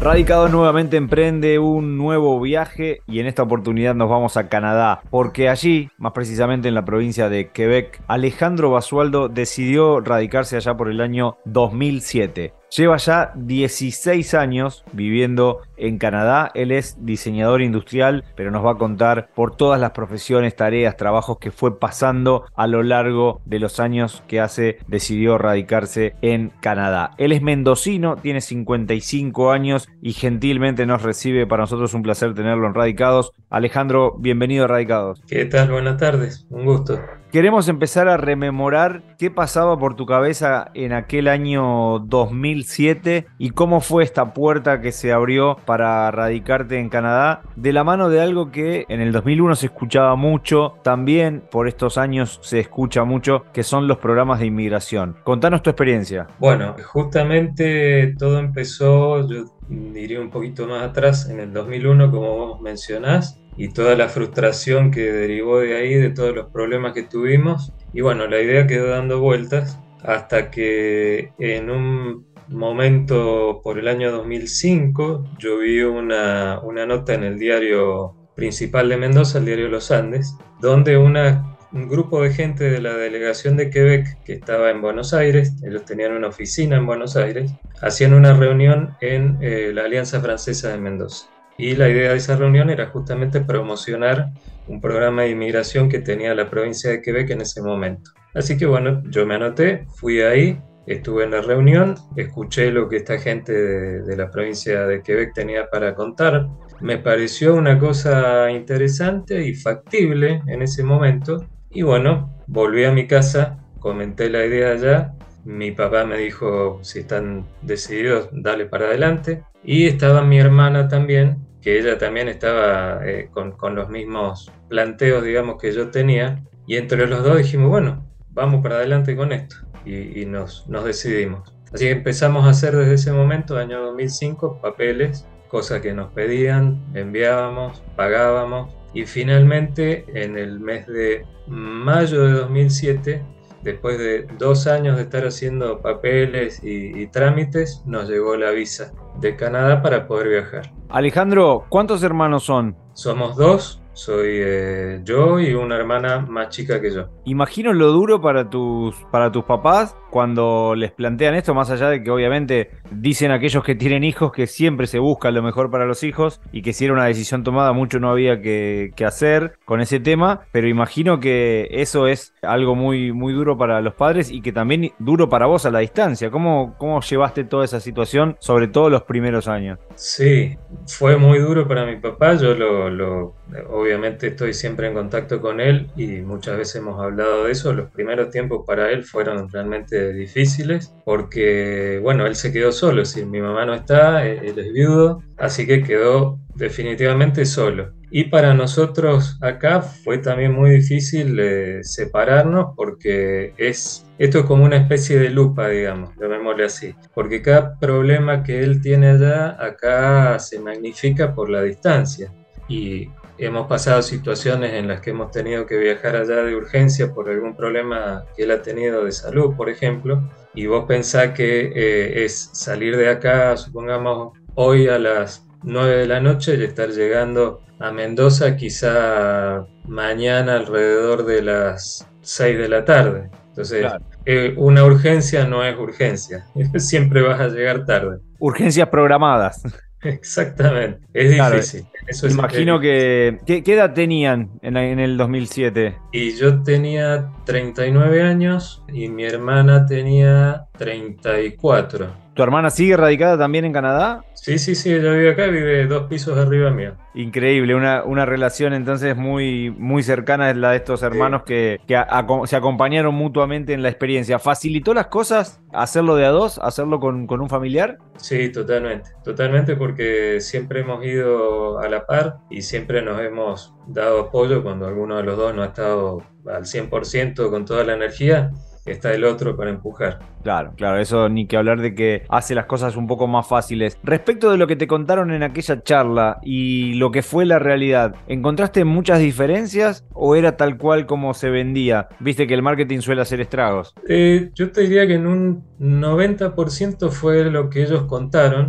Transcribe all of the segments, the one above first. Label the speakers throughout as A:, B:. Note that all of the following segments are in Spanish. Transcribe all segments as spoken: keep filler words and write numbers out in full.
A: Radicados nuevamente emprende un nuevo viaje y en esta oportunidad nos vamos a Canadá, porque allí, más precisamente en la provincia de Quebec, Alejandro Basualdo decidió radicarse allá por el año dos mil siete. Lleva ya dieciséis años viviendo en Canadá. Él es diseñador industrial, pero nos va a contar por todas las profesiones, tareas, trabajos que fue pasando a lo largo de los años que hace decidió radicarse en Canadá. Él es mendocino, tiene cincuenta y cinco años y gentilmente nos recibe. Para nosotros es un placer tenerlo en Radicados. Alejandro, bienvenido a Radicados.
B: ¿Qué tal? Buenas tardes, un gusto.
A: Queremos empezar a rememorar qué pasaba por tu cabeza en aquel año dos mil siete y cómo fue esta puerta que se abrió para radicarte en Canadá, de la mano de algo que en el dos mil uno se escuchaba mucho, también por estos años se escucha mucho, que son los programas de inmigración. Contanos tu experiencia.
B: Bueno, justamente todo empezó, yo diría un poquito más atrás, en el dos mil uno, como vos mencionás, y toda la frustración que derivó de ahí, de todos los problemas que tuvimos. Y bueno, la idea quedó dando vueltas hasta que en un momento por el año dos mil cinco yo vi una, una nota en el diario principal de Mendoza, el diario Los Andes, donde una, un grupo de gente de la delegación de Quebec que estaba en Buenos Aires, ellos tenían una oficina en Buenos Aires, hacían una reunión en eh, la Alianza Francesa de Mendoza. Y la idea de esa reunión era justamente promocionar un programa de inmigración que tenía la provincia de Quebec en ese momento. Así que bueno, yo me anoté, fui ahí, estuve en la reunión, escuché lo que esta gente de, de la provincia de Quebec tenía para contar. Me pareció una cosa interesante y factible en ese momento. Y bueno, volví a mi casa, comenté la idea allá. Mi papá me dijo, si están decididos, dale para adelante. Y estaba mi hermana también, que ella también estaba eh, con, con los mismos planteos, digamos, que yo tenía. Y entre los dos dijimos, bueno, vamos para adelante con esto. Y, y nos, nos decidimos. Así que empezamos a hacer desde ese momento, año dos mil cinco, papeles, cosas que nos pedían, enviábamos, pagábamos. Y finalmente, en el mes de mayo de dos mil siete, después de dos años de estar haciendo papeles y, y trámites, nos llegó la visa de Canadá para poder viajar.
A: Alejandro, ¿cuántos hermanos son?
B: Somos dos, soy eh, yo y una hermana más chica que yo.
A: Imagino lo duro para tus, para tus papás cuando les plantean esto, más allá de que obviamente dicen aquellos que tienen hijos que siempre se busca lo mejor para los hijos y que si era una decisión tomada mucho no había que, que hacer con ese tema, pero imagino que eso es algo muy, muy duro para los padres y que también duro para vos a la distancia. ¿Cómo, cómo llevaste toda esa situación, sobre todo los primeros años?
B: Sí, fue muy duro para mi papá, yo lo, lo, obviamente estoy siempre en contacto con él y muchas veces hemos hablado de eso. Los primeros tiempos para él fueron realmente difíciles porque, bueno, él se quedó solo, si mi mamá no está, él es viudo, así que quedó definitivamente solo. Y para nosotros acá fue también muy difícil eh, separarnos porque es, esto es como una especie de lupa, digamos, llamémosle así, porque cada problema que él tiene allá, acá se magnifica por la distancia. Y hemos pasado situaciones en las que hemos tenido que viajar allá de urgencia por algún problema que él ha tenido de salud, por ejemplo, y vos pensás que eh, es salir de acá, supongamos, hoy a las nueve de la noche y estar llegando a Mendoza quizá mañana alrededor de las seis de la tarde. Entonces, claro. eh, una urgencia no es urgencia, siempre vas a llegar tarde.
A: Urgencias programadas.
B: Exactamente, es
A: claro,
B: difícil. Eso
A: imagino
B: es,
A: que... ¿qué, ¿Qué edad tenían en, en el dos mil siete?
B: Y yo tenía treinta y nueve años y mi hermana tenía treinta y cuatro.
A: ¿Tu hermana sigue radicada también en Canadá?
B: Sí, sí, sí, ella vive acá, vive dos pisos arriba mío.
A: Increíble, una, una relación entonces muy, muy cercana es la de estos hermanos sí. que, que a, a, se acompañaron mutuamente en la experiencia. ¿Facilitó las cosas hacerlo de a dos, hacerlo con, con un familiar?
B: Sí, totalmente, totalmente porque siempre hemos ido a la par y siempre nos hemos dado apoyo cuando alguno de los dos no ha estado al cien por ciento con toda la energía. Está el otro para empujar.
A: Claro, claro, eso ni que hablar de que hace las cosas un poco más fáciles. Respecto de lo que te contaron en aquella charla y lo que fue la realidad, ¿encontraste muchas diferencias o era tal cual como se vendía? Viste que el marketing suele hacer estragos.
B: Eh, yo te diría que en un noventa por ciento fue lo que ellos contaron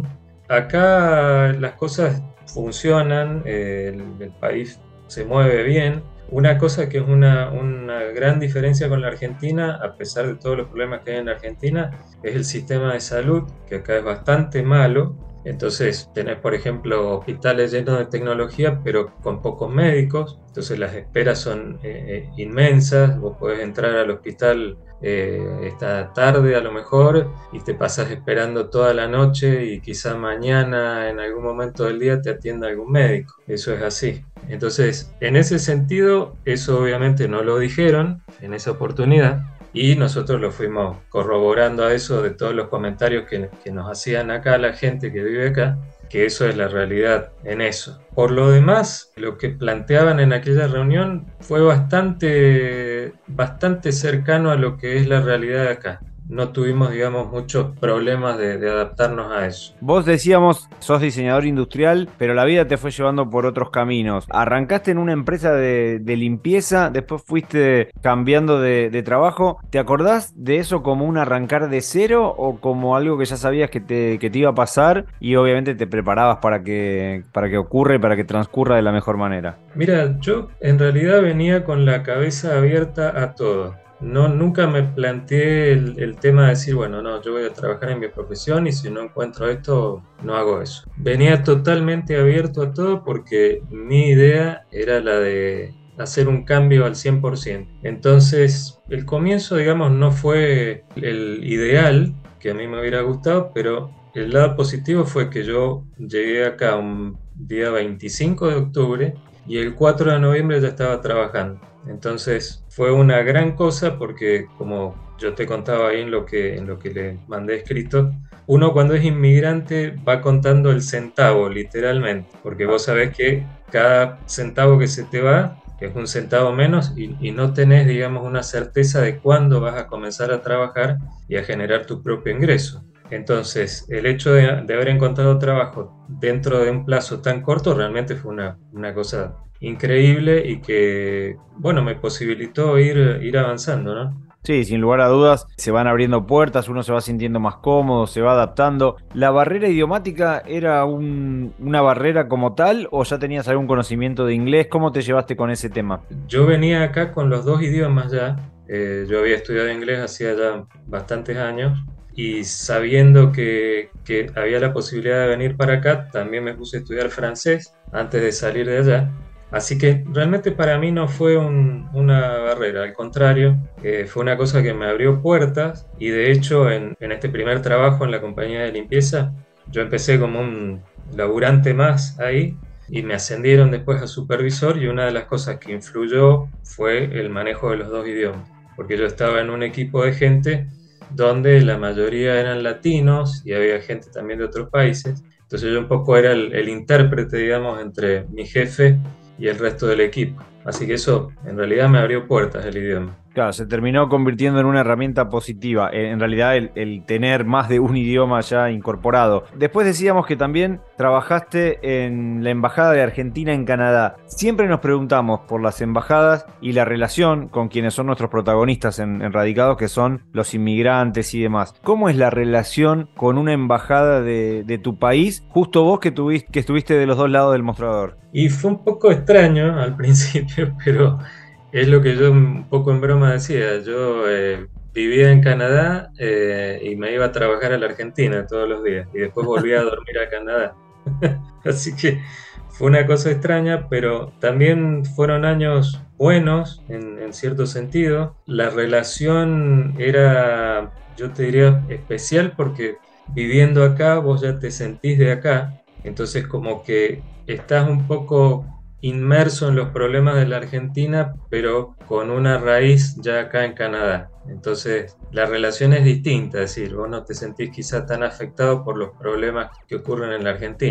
B: acá las cosas funcionan, eh, el, el país se mueve bien. Una cosa que es una, una gran diferencia con la Argentina, a pesar de todos los problemas que hay en la Argentina, es el sistema de salud, que acá es bastante malo. Entonces tenés, por ejemplo, hospitales llenos de tecnología, pero con pocos médicos. Entonces las esperas son eh, eh, inmensas. Vos podés entrar al hospital eh, esta tarde a lo mejor y te pasas esperando toda la noche y quizá mañana en algún momento del día te atienda algún médico. Eso es así. Entonces, en ese sentido, eso obviamente no lo dijeron en esa oportunidad. Y nosotros lo fuimos corroborando a eso de todos los comentarios que, que nos hacían acá la gente que vive acá, que eso es la realidad en eso. Por lo demás, lo que planteaban en aquella reunión fue bastante, bastante cercano a lo que es la realidad de acá. No tuvimos, digamos, muchos problemas de, de adaptarnos a eso.
A: Vos decíamos, sos diseñador industrial, pero la vida te fue llevando por otros caminos. Arrancaste en una empresa de, de limpieza, después fuiste cambiando de, de trabajo. ¿Te acordás de eso como un arrancar de cero o como algo que ya sabías que te, que te iba a pasar y obviamente te preparabas para que, para que ocurra y para que transcurra de la mejor manera?
B: Mira, yo en realidad venía con la cabeza abierta a todo. No, nunca me planteé el, el tema de decir, bueno, no, yo voy a trabajar en mi profesión y si no encuentro esto, no hago eso. Venía totalmente abierto a todo porque mi idea era la de hacer un cambio al cien por ciento. Entonces, el comienzo, digamos, no fue el ideal que a mí me hubiera gustado, pero el lado positivo fue que yo llegué acá un día veinticinco de octubre y el cuatro de noviembre ya estaba trabajando. Entonces fue una gran cosa porque, como yo te contaba ahí en lo que, en lo que le mandé escrito, uno cuando es inmigrante va contando el centavo, literalmente, porque vos sabés que cada centavo que se te va es un centavo menos y, y no tenés, digamos, una certeza de cuándo vas a comenzar a trabajar y a generar tu propio ingreso. Entonces, el hecho de, de haber encontrado trabajo dentro de un plazo tan corto realmente fue una, una cosa increíble y que, bueno, me posibilitó ir, ir avanzando, ¿no?
A: Sí, sin lugar a dudas, se van abriendo puertas, uno se va sintiendo más cómodo, se va adaptando. ¿La barrera idiomática era un, una barrera como tal o ya tenías algún conocimiento de inglés? ¿Cómo te llevaste con ese tema?
B: Yo venía acá con los dos idiomas ya. Eh, yo había estudiado inglés hacía ya bastantes años y sabiendo que, que había la posibilidad de venir para acá, también me puse a estudiar francés antes de salir de allá. Así que realmente para mí no fue un, una barrera, al contrario, eh, fue una cosa que me abrió puertas y de hecho en, en este primer trabajo en la compañía de limpieza, yo empecé como un laburante más ahí y me ascendieron después a supervisor y una de las cosas que influyó fue el manejo de los dos idiomas, porque yo estaba en un equipo de gente donde la mayoría eran latinos y había gente también de otros países, entonces yo un poco era el, el intérprete, digamos, entre mi jefe y el resto del equipo. Así que eso en realidad me abrió puertas el idioma.
A: Claro, se terminó convirtiendo en una herramienta positiva, en realidad el, el tener más de un idioma ya incorporado. Después decíamos que también trabajaste en la Embajada de Argentina en Canadá. Siempre nos preguntamos por las embajadas y la relación con quienes son nuestros protagonistas en, en Radicados, que son los inmigrantes y demás. ¿Cómo es la relación con una embajada de, de tu país, justo vos que, tuviste, que estuviste de los dos lados del mostrador?
B: Y fue un poco extraño al principio, pero es lo que yo un poco en broma decía. Yo eh, vivía en Canadá eh, y me iba a trabajar a la Argentina todos los días y después volvía a dormir a Canadá. Así que fue una cosa extraña, pero también fueron años buenos en, en cierto sentido. La relación era, yo te diría, especial porque viviendo acá vos ya te sentís de acá, entonces como que estás un poco inmerso en los problemas de la Argentina, pero con una raíz ya acá en Canadá. Entonces, la relación es distinta, es decir, vos no te sentís quizá tan afectado por los problemas que ocurren en la Argentina.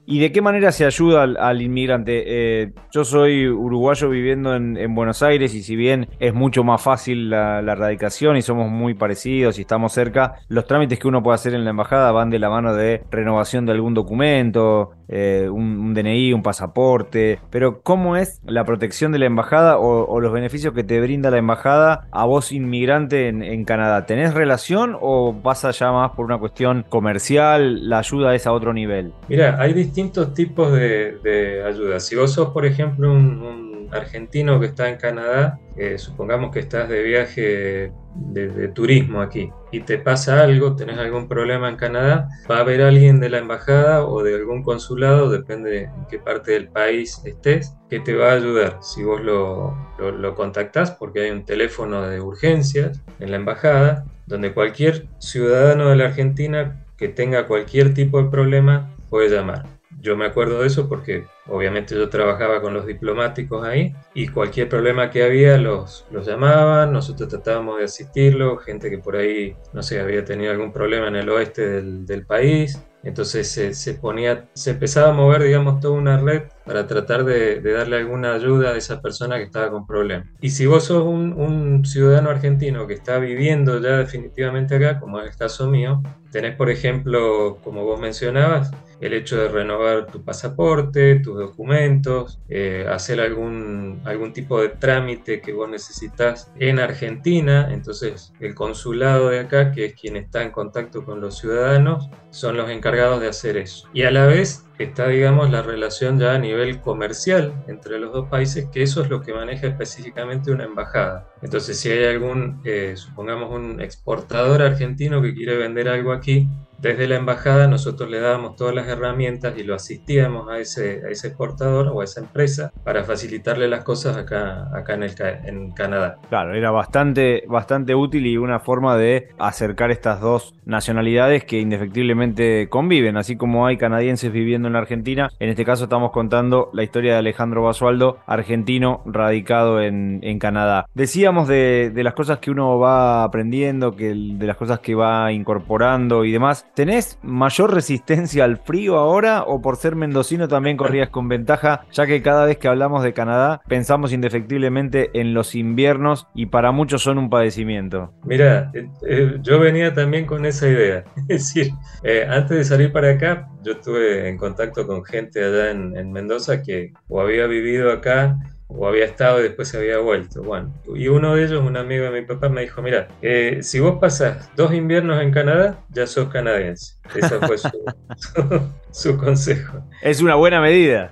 A: ¿Y de qué manera se ayuda al, al inmigrante? Eh, yo soy uruguayo viviendo en, en Buenos Aires y si bien es mucho más fácil la, la radicación y somos muy parecidos y estamos cerca, los trámites que uno puede hacer en la embajada van de la mano de renovación de algún documento, eh, un, un D N I, un pasaporte, pero ¿cómo es la protección de la embajada o, o los beneficios que te brinda la embajada a vos inmigrante en, en Canadá? ¿Tenés relación o vas allá más por una cuestión comercial? ¿La ayuda es a otro nivel?
B: Mira, hay distintos tipos de, de ayuda. Si vos sos, por ejemplo, un, un argentino que está en Canadá, eh, supongamos que estás de viaje de, de turismo aquí y te pasa algo, tenés algún problema en Canadá, va a haber alguien de la embajada o de algún consulado, depende de en qué parte del país estés, que te va a ayudar. Si vos lo, lo, lo contactás, porque hay un teléfono de urgencias en la embajada, donde cualquier ciudadano de la Argentina que tenga cualquier tipo de problema puede llamar. Yo me acuerdo de eso porque obviamente yo trabajaba con los diplomáticos ahí y cualquier problema que había los, los llamaban, nosotros tratábamos de asistirlo, gente que por ahí, no sé, había tenido algún problema en el oeste del, del país. Entonces se, se ponía, se empezaba a mover, digamos, toda una red para tratar de, de darle alguna ayuda a esa persona que estaba con problemas. Y si vos sos un, un ciudadano argentino que está viviendo ya definitivamente acá, como es el caso mío, tenés, por ejemplo, como vos mencionabas, el hecho de renovar tu pasaporte, tus documentos, eh, hacer algún, algún tipo de trámite que vos necesitas en Argentina. Entonces el consulado de acá, que es quien está en contacto con los ciudadanos, son los encargados de hacer eso. Y a la vez está, digamos, la relación ya a nivel comercial entre los dos países, que eso es lo que maneja específicamente una embajada. Entonces, si hay algún, eh, supongamos un exportador argentino que quiere vender algo aquí, desde la embajada nosotros le dábamos todas las herramientas y lo asistíamos a ese, a ese exportador o a esa empresa para facilitarle las cosas acá, acá en, el, en Canadá.
A: Claro, era bastante, bastante útil y una forma de acercar estas dos nacionalidades que indefectiblemente conviven, así como hay canadienses viviendo en la Argentina. En este caso estamos contando la historia de Alejandro Basualdo, argentino radicado en, en Canadá. Decíamos de, de las cosas que uno va aprendiendo, que de las cosas que va incorporando y demás. ¿Tenés mayor resistencia al frío ahora o por ser mendocino también corrías con ventaja, ya que cada vez que hablamos de Canadá pensamos indefectiblemente en los inviernos y para muchos son un padecimiento?
B: Mira, eh, eh, yo venía también con esa idea. Es decir, eh, antes de salir para acá, yo estuve en contacto con gente allá en, en Mendoza que o había vivido acá o había estado y después se había vuelto. Bueno, y uno de ellos, un amigo de mi papá, me dijo, mira, eh, si vos pasás dos inviernos en Canadá, ya sos canadiense. Ese fue su, su, su consejo.
A: Es una buena medida.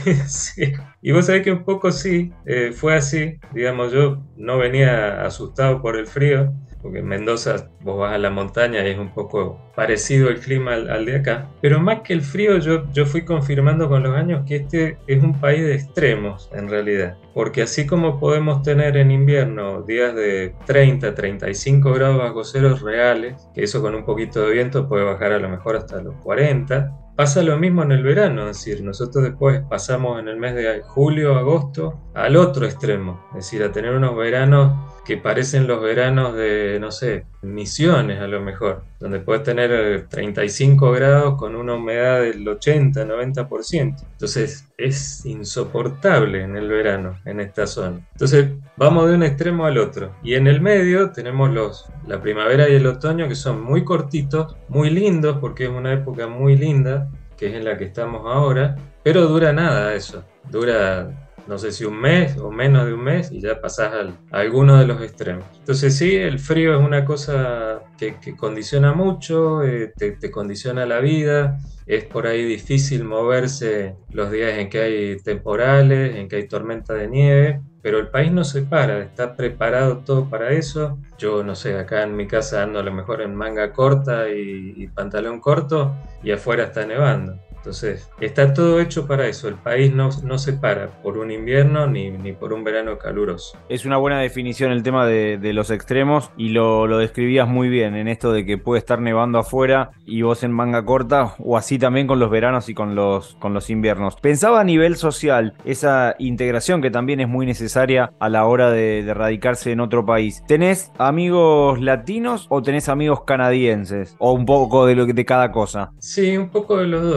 B: Sí. Y vos sabés que un poco sí, eh, fue así. Digamos, yo no venía asustado por el frío, porque en Mendoza vos vas a la montaña y es un poco parecido el clima al, al de acá. Pero más que el frío, yo, yo fui confirmando con los años que este es un país de extremos, en realidad. Porque así como podemos tener en invierno días de treinta, treinta y cinco grados bajo cero reales, que eso con un poquito de viento puede bajar a lo mejor hasta los cuarenta, pasa lo mismo en el verano. Es decir, nosotros después pasamos en el mes de julio, agosto, al otro extremo. Es decir, a tener unos veranos que parecen los veranos de, no sé, Misiones a lo mejor, donde puedes tener treinta y cinco grados con una humedad del ochenta, noventa por ciento. Entonces es insoportable en el verano en esta zona. Entonces vamos de un extremo al otro. Y en el medio tenemos los, la primavera y el otoño, que son muy cortitos, muy lindos, porque es una época muy linda, que es en la que estamos ahora, pero dura nada eso. Dura, no sé si un mes o menos de un mes y ya pasás al, a alguno de los extremos. Entonces sí, el frío es una cosa que, que condiciona mucho, eh, te, te condiciona la vida. Es por ahí difícil moverse los días en que hay temporales, en que hay tormenta de nieve, pero el país no se para, está preparado todo para eso. Yo, no sé, acá en mi casa ando a lo mejor en manga corta y, y pantalón corto y afuera está nevando. Entonces, está todo hecho para eso. El país no, no se para por un invierno ni, ni por un verano caluroso.
A: Es una buena definición el tema de, de los extremos y lo, lo describías muy bien en esto de que puede estar nevando afuera y vos en manga corta, o así también con los veranos y con los, con los inviernos. Pensaba a nivel social, esa integración que también es muy necesaria a la hora de, de radicarse en otro país. ¿Tenés amigos latinos o tenés amigos canadienses? ¿O un poco de, lo, de cada cosa?
B: Sí, un poco de los dos.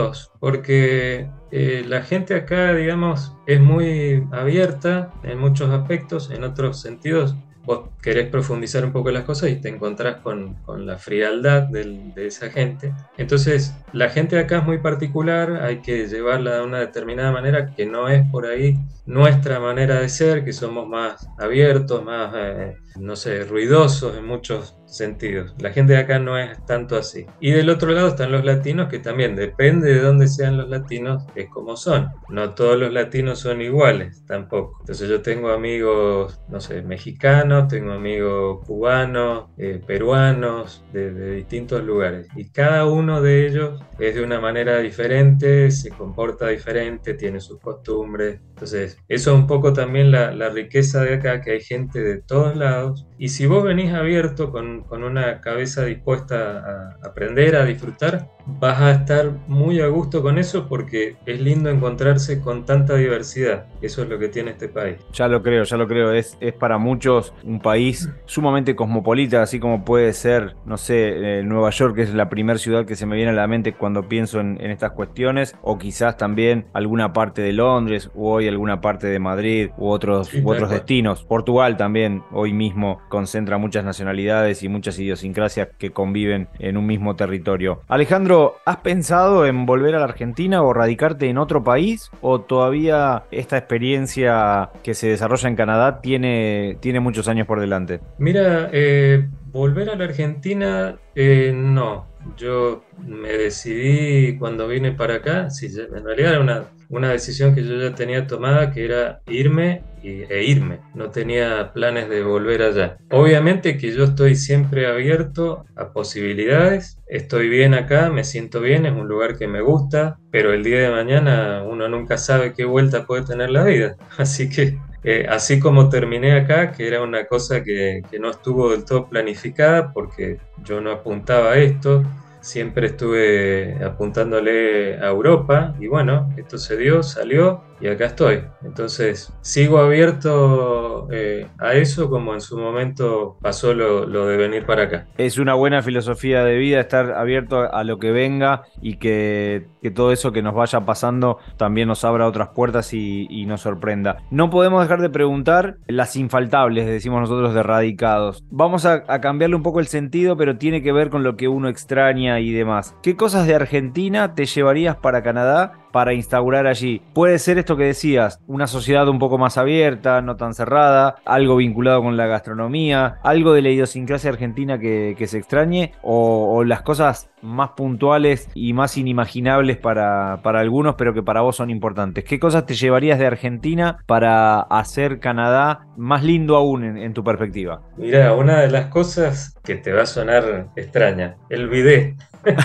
B: porque eh, la gente acá, digamos, es muy abierta en muchos aspectos, en otros sentidos. Vos querés profundizar un poco las cosas y te encontrás con, con la frialdad del- de esa gente. Entonces, la gente de acá es muy particular, hay que llevarla de una determinada manera que no es por ahí nuestra manera de ser, que somos más abiertos, más, eh, no sé, ruidosos en muchos sentidos. La gente de acá no es tanto así. Y del otro lado están los latinos, que también depende de dónde sean los latinos, es como son. No todos los latinos son iguales tampoco. Entonces yo tengo amigos, no sé, mexicanos, tengo amigos cubanos, eh, peruanos, de, de distintos lugares. Y cada uno de ellos es de una manera diferente, se comporta diferente, tiene sus costumbres. Entonces, eso es un poco también la, la riqueza de acá, que hay gente de todos lados. Y si vos venís abierto con, con una cabeza dispuesta a aprender, a disfrutar, vas a estar muy a gusto con eso porque es lindo encontrarse con tanta diversidad. Eso es lo que tiene este país.
A: Ya lo creo, ya lo creo. Es, es para muchos un país sumamente cosmopolita, así como puede ser, no sé, eh, Nueva York, que es la primera ciudad que se me viene a la mente cuando pienso en, en estas cuestiones, o quizás también alguna parte de Londres, o hoy alguna parte de Madrid, u otros,
B: Sí,
A: u
B: tal
A: otros
B: cual.
A: destinos. Portugal también, hoy mismo, concentra muchas nacionalidades y muchas idiosincrasias que conviven en un mismo territorio. Alejandro, ¿has pensado en volver a la Argentina o radicarte en otro país? ¿O todavía esta experiencia que se desarrolla en Canadá tiene, tiene muchos años por delante?
B: Mira, eh, volver a la Argentina, eh, no. Yo me decidí cuando vine para acá, sí, ya- en realidad era una, una decisión que yo ya tenía tomada, que era irme y- e irme. No tenía planes de volver allá. Obviamente que yo estoy siempre abierto a posibilidades. Estoy bien acá, me siento bien, es un lugar que me gusta, pero el día de mañana uno nunca sabe qué vuelta puede tener la vida. Así que... Eh, así como terminé acá, que era una cosa que, que no estuvo del todo planificada porque yo no apuntaba a esto, siempre estuve apuntándole a Europa y bueno, esto se dio, salió y acá estoy. Entonces sigo abierto eh, a eso como en su momento pasó lo, lo de venir para acá.
A: Es una buena filosofía de vida estar abierto a a lo que venga y que, que todo eso que nos vaya pasando también nos abra otras puertas y, y nos sorprenda. No podemos dejar de preguntar las infaltables, decimos nosotros, de Radicados. Vamos a, a cambiarle un poco el sentido, pero tiene que ver con lo que uno extraña y demás. ¿Qué cosas de Argentina te llevarías para Canadá para instaurar allí? Puede ser esto que decías, una sociedad un poco más abierta, no tan cerrada, algo vinculado con la gastronomía, algo de la idiosincrasia argentina que, que se extrañe, o, o las cosas más puntuales y más inimaginables para, para algunos, pero que para vos son importantes. ¿Qué cosas te llevarías de Argentina para hacer Canadá más lindo aún en, en tu perspectiva?
B: Mira, una de las cosas que te va a sonar extraña, el bidet.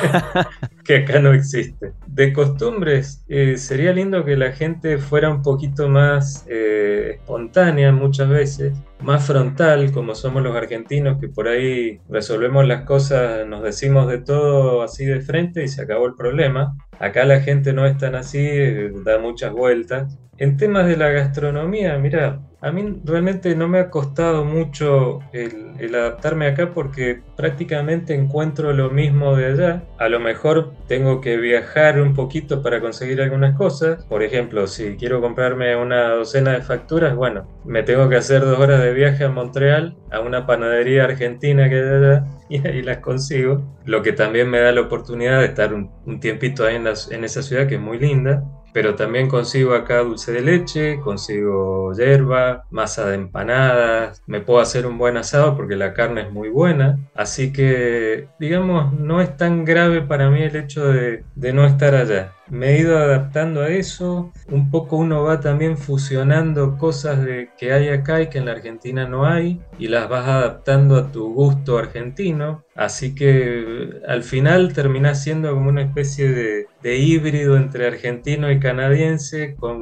B: Que acá no existe. De costumbres, eh, sería lindo que la gente fuera un poquito más eh, espontánea muchas veces, más frontal, como somos los argentinos, que por ahí resolvemos las cosas, nos decimos de todo así de frente y se acabó el problema. Acá la gente no es tan así, eh, da muchas vueltas. En temas de la gastronomía, mira, a mí realmente no me ha costado mucho el, el adaptarme acá porque prácticamente encuentro lo mismo de allá. A lo mejor tengo que viajar un poquito para conseguir algunas cosas. Por ejemplo, si quiero comprarme una docena de facturas, bueno, me tengo que hacer dos horas de viaje a Montreal, a una panadería argentina que hay allá, y ahí las consigo. Lo que también me da la oportunidad de estar un, un tiempito ahí en, la- en esa ciudad que es muy linda. Pero también consigo acá dulce de leche, consigo yerba, masa de empanadas, me puedo hacer un buen asado porque la carne es muy buena. Así que, digamos, no es tan grave para mí el hecho de, de no estar allá. Me he ido adaptando a eso, un poco uno va también fusionando cosas de, que hay acá y que en la Argentina no hay, y las vas adaptando a tu gusto argentino, así que al final terminás siendo como una especie de, de híbrido entre argentino y canadiense, con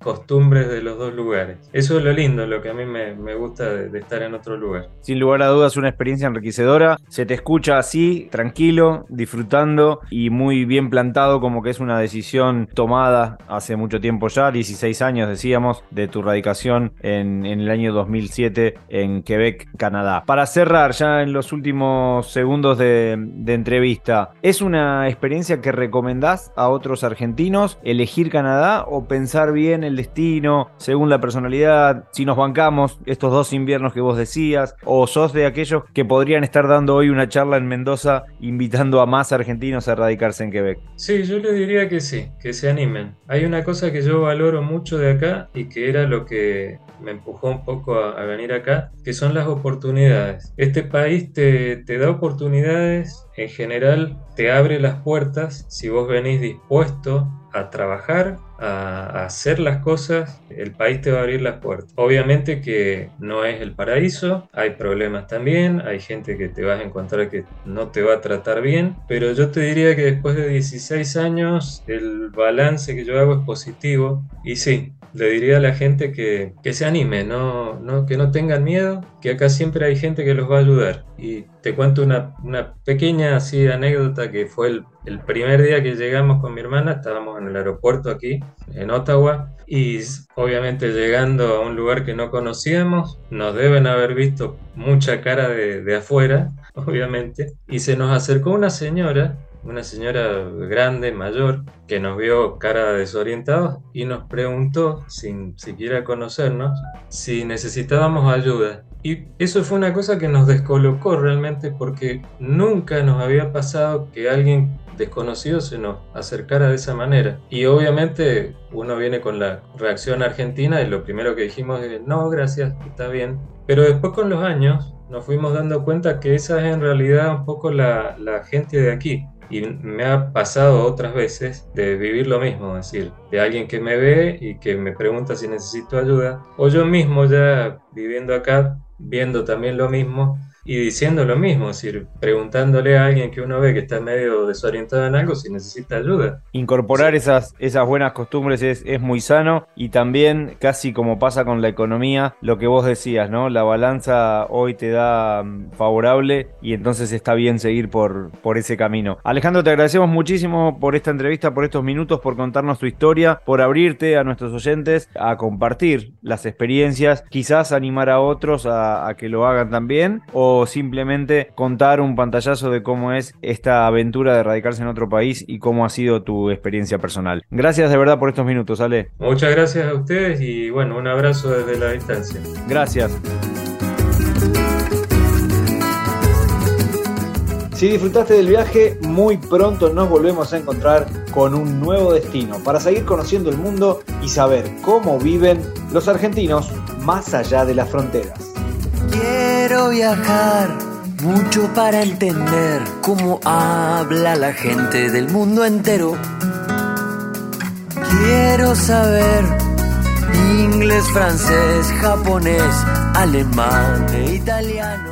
B: costumbres de los dos lugares. Eso es lo lindo, lo que a mí me, me gusta de, de estar en otro lugar.
A: Sin lugar a dudas, una experiencia enriquecedora. Se te escucha así, tranquilo, disfrutando y muy bien plantado, como que es una decisión tomada hace mucho tiempo ya, dieciséis años decíamos, de tu radicación en, en el año dos mil siete en Quebec, Canadá. Para cerrar, ya en los últimos segundos de, de entrevista, ¿es una experiencia que recomendás a otros argentinos elegir Canadá o pensar bien el destino según la personalidad, si nos bancamos estos dos inviernos que vos decías, o sos de aquellos que podrían estar dando hoy una charla en Mendoza invitando a más argentinos a radicarse en Quebec?
B: Sí, yo le diría que sí, que se animen. Hay una cosa que yo valoro mucho de acá y que era lo que me empujó un poco a, a venir acá, que son las oportunidades. Este país te, te da oportunidades, en general te abre las puertas si vos venís dispuesto a trabajar, a, a hacer las cosas, el país te va a abrir las puertas. Obviamente que no es el paraíso, hay problemas también, hay gente que te vas a encontrar que no te va a tratar bien, pero yo te diría que después de dieciséis años el balance que yo hago es positivo y sí, le diría a la gente que, que se anime, no, no, que no tengan miedo, que acá siempre hay gente que los va a ayudar. Y te cuento una, una pequeña así, anécdota que fue el, el primer día que llegamos con mi hermana, estábamos en el aeropuerto aquí, en Ottawa, y obviamente llegando a un lugar que no conocíamos, nos deben haber visto mucha cara de, de afuera, obviamente, y se nos acercó una señora, una señora grande, mayor, que nos vio cara desorientados y nos preguntó, sin siquiera conocernos, si necesitábamos ayuda. Y eso fue una cosa que nos descolocó realmente porque nunca nos había pasado que alguien desconocido se nos acercara de esa manera. Y obviamente uno viene con la reacción argentina y lo primero que dijimos es, no, gracias, está bien. Pero después con los años nos fuimos dando cuenta que esa es en realidad un poco la, la gente de aquí. Y me ha pasado otras veces de vivir lo mismo, es decir, de alguien que me ve y que me pregunta si necesito ayuda, o yo mismo ya viviendo acá, viendo también lo mismo y diciendo lo mismo, es decir, preguntándole a alguien que uno ve que está medio desorientado en algo si necesita ayuda.
A: Incorporar sí. esas, esas buenas costumbres es, es muy sano y también, casi como pasa con la economía, lo que vos decías, ¿no? La balanza hoy te da favorable y entonces está bien seguir por, por ese camino. Alejandro, te agradecemos muchísimo por esta entrevista, por estos minutos, por contarnos tu historia, por abrirte a nuestros oyentes a compartir las experiencias, quizás animar a otros a, a que lo hagan también, o o simplemente contar un pantallazo de cómo es esta aventura de radicarse en otro país y cómo ha sido tu experiencia personal. Gracias de verdad por estos minutos, Ale.
B: Muchas gracias a ustedes y bueno, un abrazo desde la distancia.
A: Gracias.
C: Si disfrutaste del viaje, muy pronto nos volvemos a encontrar con un nuevo destino para seguir conociendo el mundo y saber cómo viven los argentinos más allá de las fronteras.
D: Quiero viajar mucho para entender cómo habla la gente del mundo entero. Quiero saber inglés, francés, japonés, alemán e italiano.